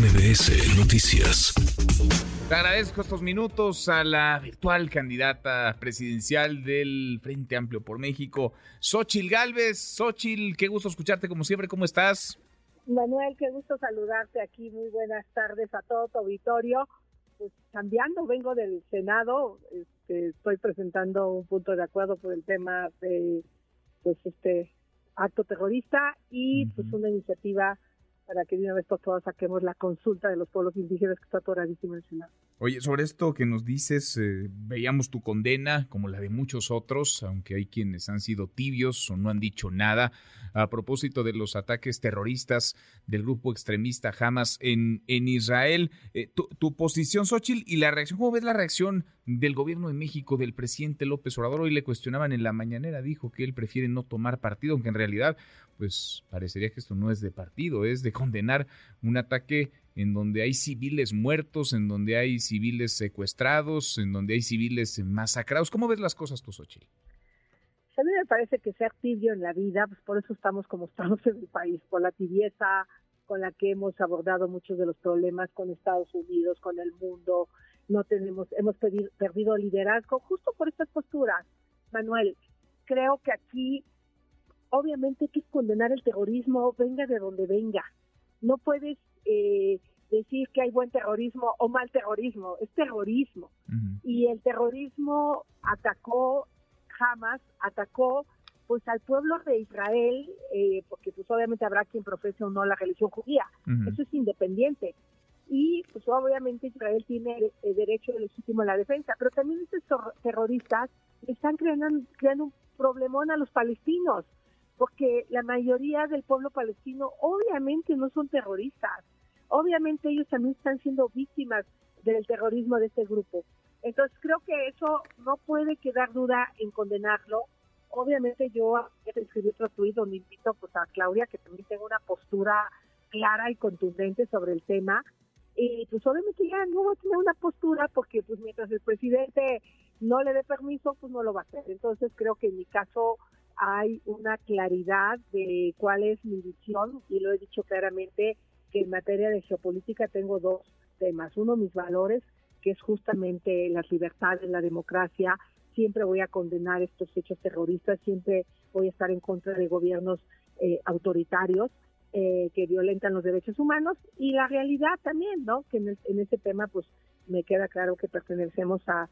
MBS Noticias. Te agradezco estos minutos a la virtual candidata presidencial del Frente Amplio por México, Xóchitl Gálvez. Xóchitl, qué gusto escucharte como siempre, ¿cómo estás? Manuel, qué gusto saludarte aquí, muy buenas tardes a todo tu auditorio. Pues cambiando, vengo del Senado, estoy presentando un punto de acuerdo por el tema de este acto terrorista y pues una iniciativa para que de una vez por todas saquemos la consulta de los pueblos indígenas que está atoradísima en el Senado. Oye, sobre esto que nos dices, veíamos tu condena como la de muchos otros, aunque hay quienes han sido tibios o no han dicho nada, a propósito de los ataques terroristas del grupo extremista Hamas en Israel. Tu posición, Xóchitl, y la reacción, ¿cómo ves la reacción del gobierno de México, del presidente López Obrador? Hoy le cuestionaban en la mañanera, dijo que él prefiere no tomar partido, aunque en realidad pues parecería que esto no es de partido, es de condenar un ataque en donde hay civiles muertos, en donde hay civiles secuestrados, en donde hay civiles masacrados. ¿Cómo ves las cosas tú, Xóchitl? A mí me parece que ser tibio en la vida, pues por eso estamos como estamos en el país, por la tibieza con la que hemos abordado muchos de los problemas con Estados Unidos, con el mundo. Hemos perdido liderazgo justo por estas posturas. Manuel, creo que aquí obviamente hay que condenar el terrorismo, venga de donde venga. No puedes decir que hay buen terrorismo o mal terrorismo, es terrorismo. Uh-huh. Y el terrorismo Hamas atacó pues al pueblo de Israel, porque pues obviamente habrá quien profese o no la religión judía. Uh-huh. Eso es independiente. Y pues obviamente Israel tiene el derecho legítimo a la defensa, pero también estos terroristas están creando un problemón a los palestinos, porque la mayoría del pueblo palestino obviamente no son terroristas, obviamente ellos también están siendo víctimas del terrorismo de este grupo. Entonces creo que eso no puede quedar duda en condenarlo. Obviamente yo escribí otro tuit donde invito pues a Claudia, que también tenga una postura clara y contundente sobre el tema, y pues obviamente ya no va a tener una postura porque pues mientras el presidente no le dé permiso, pues no lo va a hacer. Entonces creo que en mi caso hay una claridad de cuál es mi visión, y lo he dicho claramente, que en materia de geopolítica tengo dos temas. Uno, mis valores, que es justamente las libertades, la democracia. Siempre voy a condenar estos hechos terroristas, siempre voy a estar en contra de gobiernos autoritarios que violentan los derechos humanos, y la realidad también, ¿no? Que en este tema pues me queda claro que pertenecemos a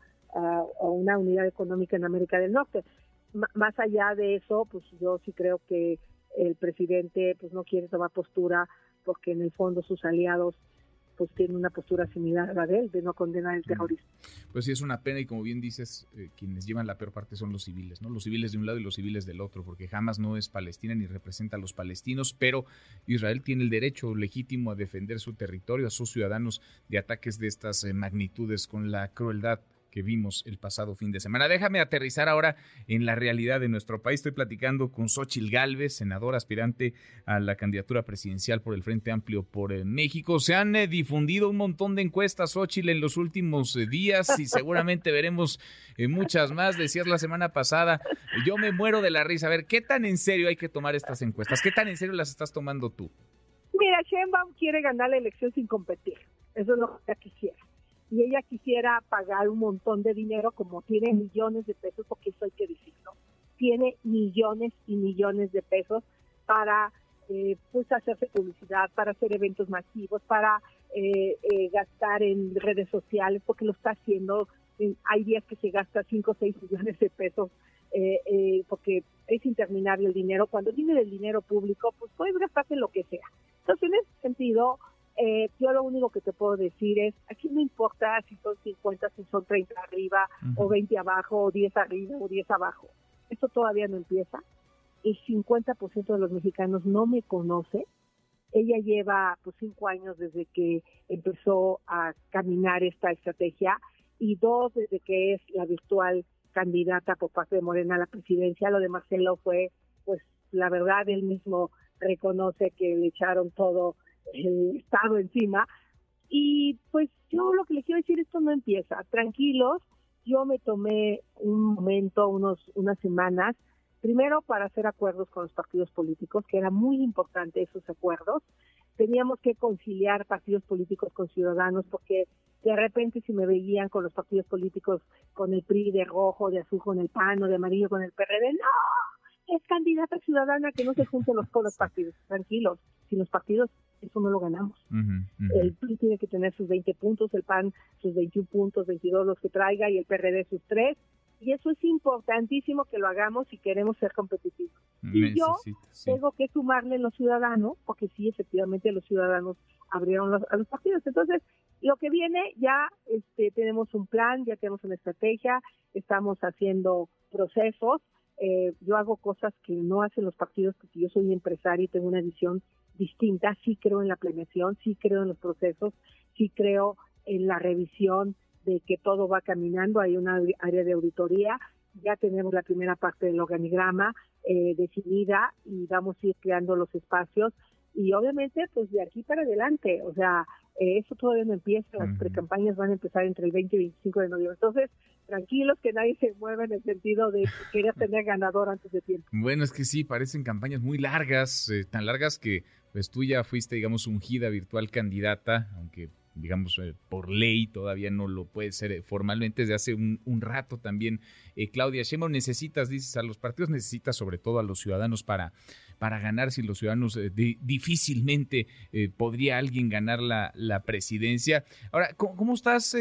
una unidad económica en América del Norte. Más allá de eso, pues yo sí creo que el presidente pues no quiere tomar postura, porque en el fondo sus aliados pues tienen una postura similar a la de él, de no condenar el terrorismo. Pues sí, es una pena, y como bien dices, quienes llevan la peor parte son los civiles, ¿no? Los civiles de un lado y los civiles del otro, porque Hamas no es Palestina ni representa a los palestinos, pero Israel tiene el derecho legítimo a defender su territorio, a sus ciudadanos, de ataques de estas magnitudes, con la crueldad que vimos el pasado fin de semana. Déjame aterrizar ahora en la realidad de nuestro país. Estoy platicando con Xóchitl Gálvez, senadora aspirante a la candidatura presidencial por el Frente Amplio por México. Se han difundido un montón de encuestas, Xóchitl, en los últimos días, y seguramente veremos muchas más. Decías la semana pasada, yo me muero de la risa. A ver, ¿qué tan en serio hay que tomar estas encuestas? ¿Qué tan en serio las estás tomando tú? Mira, Sheinbaum quiere ganar la elección sin competir. Eso es lo que ella quisiera. Y ella quisiera pagar un montón de dinero, como tiene millones de pesos, porque eso hay que decirlo, tiene millones y millones de pesos para pues hacerse publicidad, para hacer eventos masivos, para gastar en redes sociales, porque lo está haciendo. Hay días que se gasta 5 o 6 millones de pesos, porque es interminable el dinero. Cuando viene el dinero público, pues puedes gastarte lo que sea. Entonces, en ese sentido, yo lo único que te puedo decir es, aquí no importa si son 50, si son 30 arriba, uh-huh, o 20 abajo, o 10 arriba, o 10 abajo. Esto todavía no empieza. El 50% de los mexicanos no me conoce. Ella lleva pues 5 años desde que empezó a caminar esta estrategia, y 2 desde que es la virtual candidata por parte de Morena a la presidencia. Lo de Marcelo fue, pues la verdad, él mismo reconoce que le echaron todo el Estado encima, y pues yo lo que les quiero decir, esto no empieza, tranquilos. Yo me tomé un momento, unas semanas, primero para hacer acuerdos con los partidos políticos, que era muy importante esos acuerdos, teníamos que conciliar partidos políticos con ciudadanos, porque de repente si me veían con los partidos políticos, con el PRI de rojo, de azul con el PAN o de amarillo con el PRD, ¡no! Es candidata ciudadana, que no se junten con los partidos. Tranquilos, sin los partidos eso no lo ganamos. El PRI tiene que tener sus 20 puntos, el PAN sus 21 puntos, 22 los que traiga, y el PRD sus 3. Y eso es importantísimo que lo hagamos si queremos ser competitivos. Y yo tengo que sumarle los ciudadanos, porque sí, efectivamente los ciudadanos abrieron a los partidos. Entonces, lo que viene ya, tenemos un plan, ya tenemos una estrategia, estamos haciendo procesos. Yo hago cosas que no hacen los partidos, porque yo soy empresaria y tengo una visión distinta. Sí creo en la planeación, sí creo en los procesos, sí creo en la revisión de que todo va caminando. Hay una área de auditoría, ya tenemos la primera parte del organigrama definida, y vamos a ir creando los espacios, y obviamente pues de aquí para adelante, o sea, eso todavía no empieza, las precampañas van a empezar entre el 20 y 25 de noviembre, entonces tranquilos, que nadie se mueva en el sentido de querer tener ganador antes de tiempo. Bueno, es que sí, parecen campañas muy largas, tan largas que pues tú ya fuiste, digamos, ungida virtual candidata, aunque digamos, por ley todavía no lo puede ser formalmente desde hace un rato también. Claudia Sheinbaum, dices, a los partidos, necesitas sobre todo a los ciudadanos para ganar. Si los ciudadanos difícilmente podría alguien ganar la presidencia. Ahora, ¿cómo estás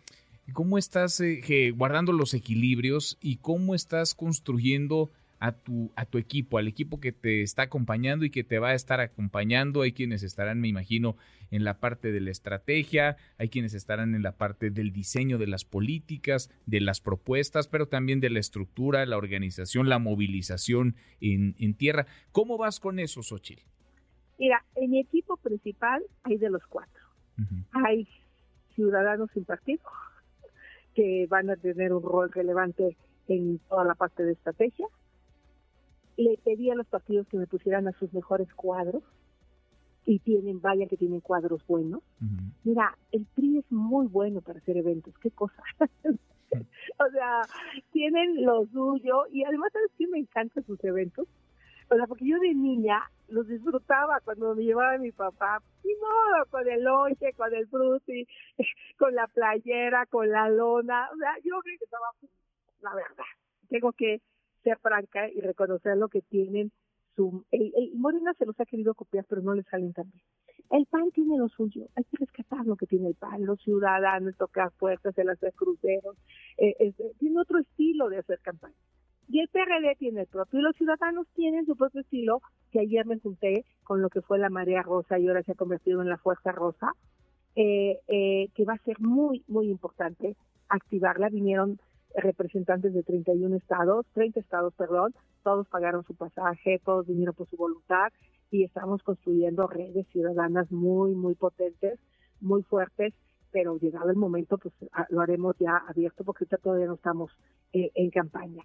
guardando los equilibrios y cómo estás construyendo a tu equipo, al equipo que te está acompañando y que te va a estar acompañando? Hay quienes estarán, me imagino, en la parte de la estrategia, hay quienes estarán en la parte del diseño de las políticas, de las propuestas, pero también de la estructura, la organización, la movilización en tierra. ¿Cómo vas con eso, Xóchitl? Mira, en mi equipo principal hay de los 4. Hay ciudadanos sin partido, que van a tener un rol relevante en toda la parte de estrategia. Le pedí a los partidos que me pusieran a sus mejores cuadros, y tienen cuadros buenos. Mira, el PRI es muy bueno para hacer eventos, qué cosa. O sea, tienen lo suyo, y además, ¿sabes qué? Me encantan sus eventos. O sea, porque yo de niña los disfrutaba cuando me llevaba mi papá, y no, con el lonche, con el frutti, con la playera, con la lona. O sea, yo creo que estaba, la verdad, tengo que ser franca y reconocer lo que tienen. El Morena se los ha querido copiar, pero no le salen tan bien. El PAN tiene lo suyo, hay que rescatar lo que tiene el PAN, los ciudadanos, tocar puertas, el hacer cruceros, tiene otro estilo de hacer campaña. Y el PRD tiene el propio, y los ciudadanos tienen su propio estilo, que ayer me junté con lo que fue la Marea Rosa y ahora se ha convertido en la Fuerza Rosa, que va a ser muy, muy importante activarla. Vinieron representantes de 30 estados, todos pagaron su pasaje, todos vinieron por su voluntad, y estamos construyendo redes ciudadanas muy, muy potentes, muy fuertes, pero llegado el momento, pues lo haremos ya abierto, porque ahorita todavía no estamos en campaña.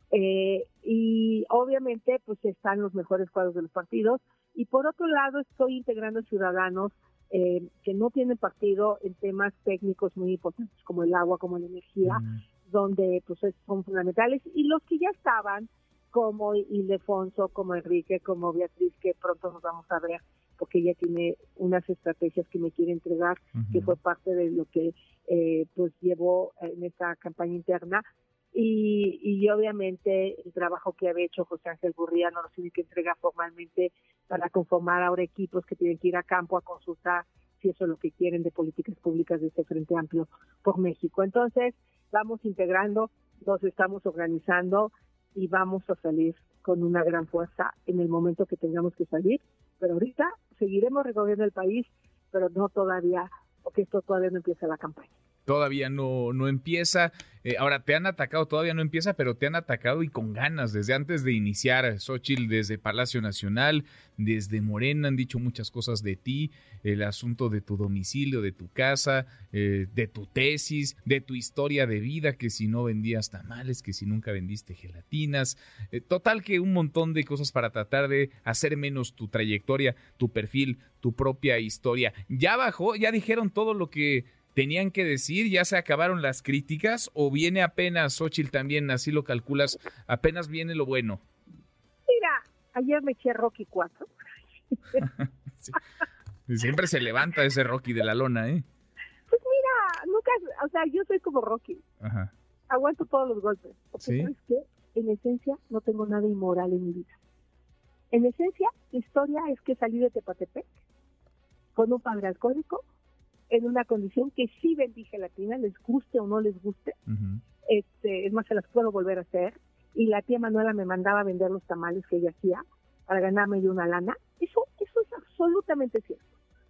Y obviamente, pues están los mejores cuadros de los partidos, y por otro lado estoy integrando ciudadanos que no tienen partido en temas técnicos muy importantes, como el agua, como la energía, donde pues son fundamentales, y los que ya estaban, como Ildefonso, como Enrique, como Beatriz, que pronto nos vamos a ver, porque ella tiene unas estrategias que me quiere entregar, que fue parte de lo que pues llevó en esta campaña interna, y obviamente el trabajo que había hecho José Ángel Gurría nos lo tiene que entregar formalmente para conformar ahora equipos que tienen que ir a campo a consultar si eso es lo que quieren de políticas públicas de este Frente Amplio por México. Entonces, vamos integrando, nos estamos organizando y vamos a salir con una gran fuerza en el momento que tengamos que salir. Pero ahorita seguiremos recorriendo el país, pero no todavía, porque esto todavía no empieza la campaña. Todavía no empieza. Ahora, te han atacado, todavía no empieza, pero te han atacado y con ganas, desde antes de iniciar, Xóchitl, desde Palacio Nacional, desde Morena, han dicho muchas cosas de ti, el asunto de tu domicilio, de tu casa, de tu tesis, de tu historia de vida, que si no vendías tamales, que si nunca vendiste gelatinas, total que un montón de cosas para tratar de hacer menos tu trayectoria, tu perfil, tu propia historia. ¿Ya bajó? ¿Ya dijeron todo lo que tenían que decir? ¿Ya se acabaron las críticas o viene apenas, Xóchitl, también, así lo calculas, apenas viene lo bueno? Mira, ayer me eché Rocky 4. Sí. Siempre se levanta ese Rocky de la lona, ¿eh? Pues mira, nunca, o sea, yo soy como Rocky. Ajá. Aguanto todos los golpes. Porque ¿Sí? ¿sabes qué? En esencia no tengo nada inmoral en mi vida. En esencia, la historia es que salí de Tepatepec con un padre alcohólico en una condición que sí bendije la tina, les guste o no les guste. Uh-huh. Es más, se las puedo volver a hacer. Y la tía Manuela me mandaba a vender los tamales que ella hacía para ganarme yo una lana. Eso es absolutamente cierto.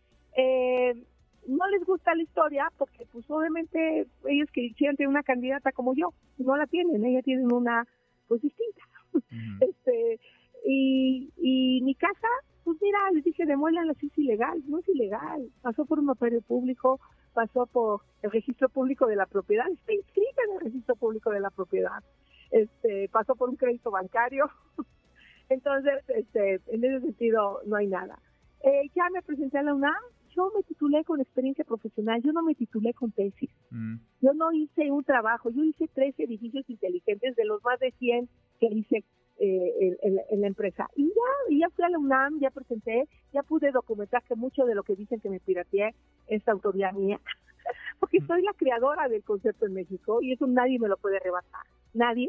No les gusta la historia porque pues obviamente ellos que quisieran tener una candidata como yo, no la tienen, ella tiene una pues distinta. Uh-huh. Y mi casa, pues mira, les dije, demuélanla, si es ilegal, no es ilegal, pasó por un notario público, pasó por el registro público de la propiedad, está inscrita en el registro público de la propiedad, pasó por un crédito bancario, entonces en ese sentido no hay nada. Ya me presenté a la UNAM, yo me titulé con experiencia profesional, yo no me titulé con tesis, yo no hice un trabajo, yo hice 13 edificios inteligentes de los más de 100 que hice en la empresa. Y ya fui a la UNAM, ya presenté, ya pude documentar que mucho de lo que dicen que me pirateé es autoría mía, porque soy la creadora del concepto en México y eso nadie me lo puede rebatir, nadie.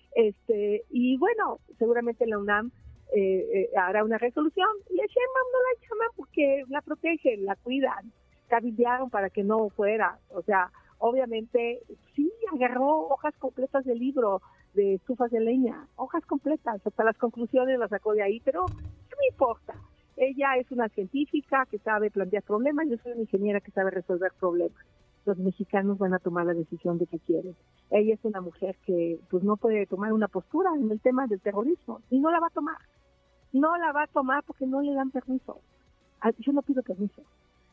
Y bueno, seguramente la UNAM hará una resolución y a Sheinbaum no la llaman porque la protegen, la cuidan, cabildearon para que no fuera, o sea, obviamente sí agarró hojas completas del libro de estufas de leña, hojas completas, hasta las conclusiones las sacó de ahí, pero ¿qué me importa? Ella es una científica que sabe plantear problemas, yo soy una ingeniera que sabe resolver problemas. Los mexicanos van a tomar la decisión de qué quieren. Ella es una mujer que pues no puede tomar una postura en el tema del terrorismo y no la va a tomar. No la va a tomar porque no le dan permiso. Yo no pido permiso.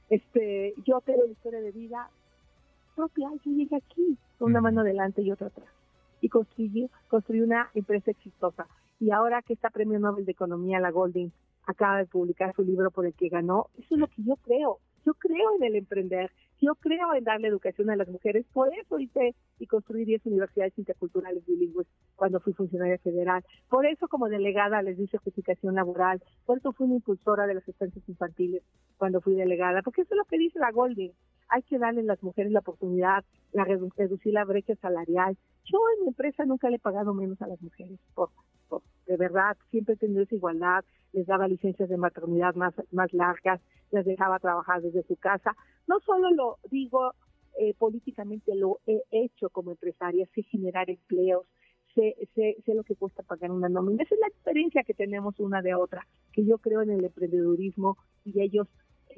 Yo tengo una historia de vida propia, yo llegué aquí con una mano adelante y otra atrás y construí una empresa exitosa. Y ahora que está Premio Nobel de Economía, la Golding, acaba de publicar su libro por el que ganó, eso es lo que yo creo. Yo creo en el emprender, yo creo en darle educación a las mujeres, por eso hice y construí 10 universidades interculturales bilingües cuando fui funcionaria federal, por eso como delegada les di certificación laboral, por eso fui una impulsora de las estancias infantiles cuando fui delegada, porque eso es lo que dice la Golding, hay que darle a las mujeres la oportunidad, reducir la brecha salarial. Yo en mi empresa nunca le he pagado menos a las mujeres, de verdad, siempre he tenido esa igualdad, les daba licencias de maternidad más largas, les dejaba trabajar desde su casa. No solo lo digo políticamente, lo he hecho como empresaria, sé generar empleos, sé lo que cuesta pagar una nómina. Esa es la diferencia que tenemos una de otra, que yo creo en el emprendedurismo y ellos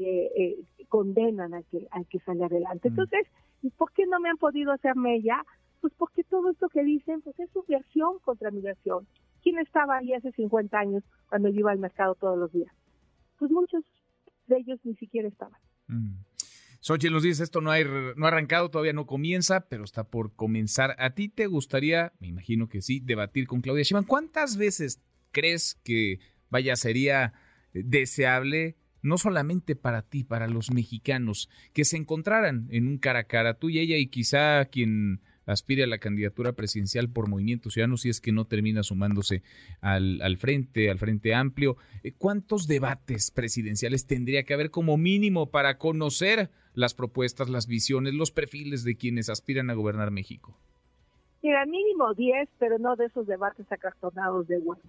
condenan al que sale adelante. Entonces, ¿por qué no me han podido hacer mella? Pues porque todo esto que dicen, pues es su versión contra mi versión. ¿Quién estaba ahí hace 50 años cuando yo iba al mercado todos los días? Pues muchos de ellos ni siquiera estaban. Xochitl nos dice, esto no ha arrancado, todavía no comienza, pero está por comenzar. ¿A ti te gustaría, me imagino que sí, debatir con Claudia Sheinbaum? ¿Cuántas veces crees que, sería deseable, no solamente para ti, para los mexicanos, que se encontraran en un cara a cara, tú y ella, y quizá quien aspire a la candidatura presidencial por Movimiento Ciudadano, si es que no termina sumándose al Frente Amplio? ¿Cuántos debates presidenciales tendría que haber como mínimo para conocer las propuestas, las visiones, los perfiles de quienes aspiran a gobernar México? Mira, mínimo 10, pero no de esos debates acartonados de huevo.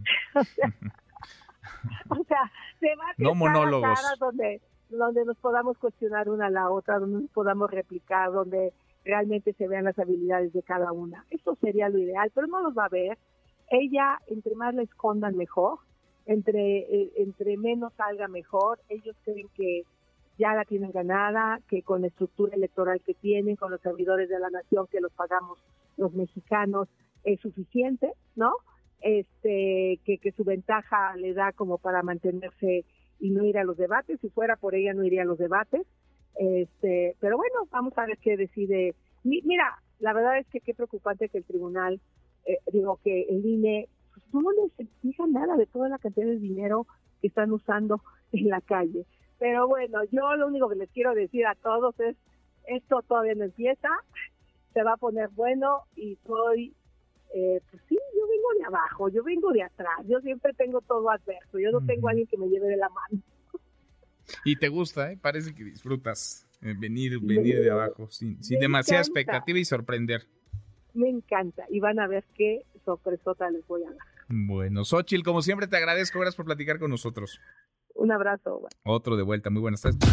O sea, debates no monólogos, cara a cara donde nos podamos cuestionar una a la otra, donde nos podamos replicar, donde realmente se vean las habilidades de cada una. Eso sería lo ideal, pero no los va a ver. Ella, entre más la escondan mejor, entre menos salga mejor. Ellos creen que ya la tienen ganada, que con la estructura electoral que tienen, con los servidores de la nación que los pagamos los mexicanos, es suficiente, ¿no? Que su ventaja le da como para mantenerse y no ir a los debates. Si fuera por ella, no iría a los debates. Pero bueno, vamos a ver qué decide. Mira, la verdad es que qué preocupante que el tribunal, que el INE, pues no les fija nada de toda la cantidad de dinero que están usando en la calle. Pero bueno, yo lo único que les quiero decir a todos es, esto todavía no empieza, se va a poner bueno y soy, pues sí, yo vengo de abajo, yo vengo de atrás, yo siempre tengo todo adverso, yo no tengo a alguien que me lleve de la mano. Y te gusta, ¿eh? Parece que disfrutas venir de abajo, sin demasiada expectativa y sorprender. Me encanta, y van a ver qué sorpresota les voy a dar. Bueno, Xóchitl, como siempre te agradezco, gracias por platicar con nosotros. Un abrazo. Otro de vuelta, muy buenas tardes.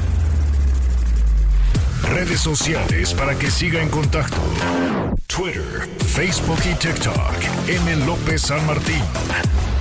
Redes sociales para que siga en contacto: Twitter, Facebook y TikTok. M. López San Martín.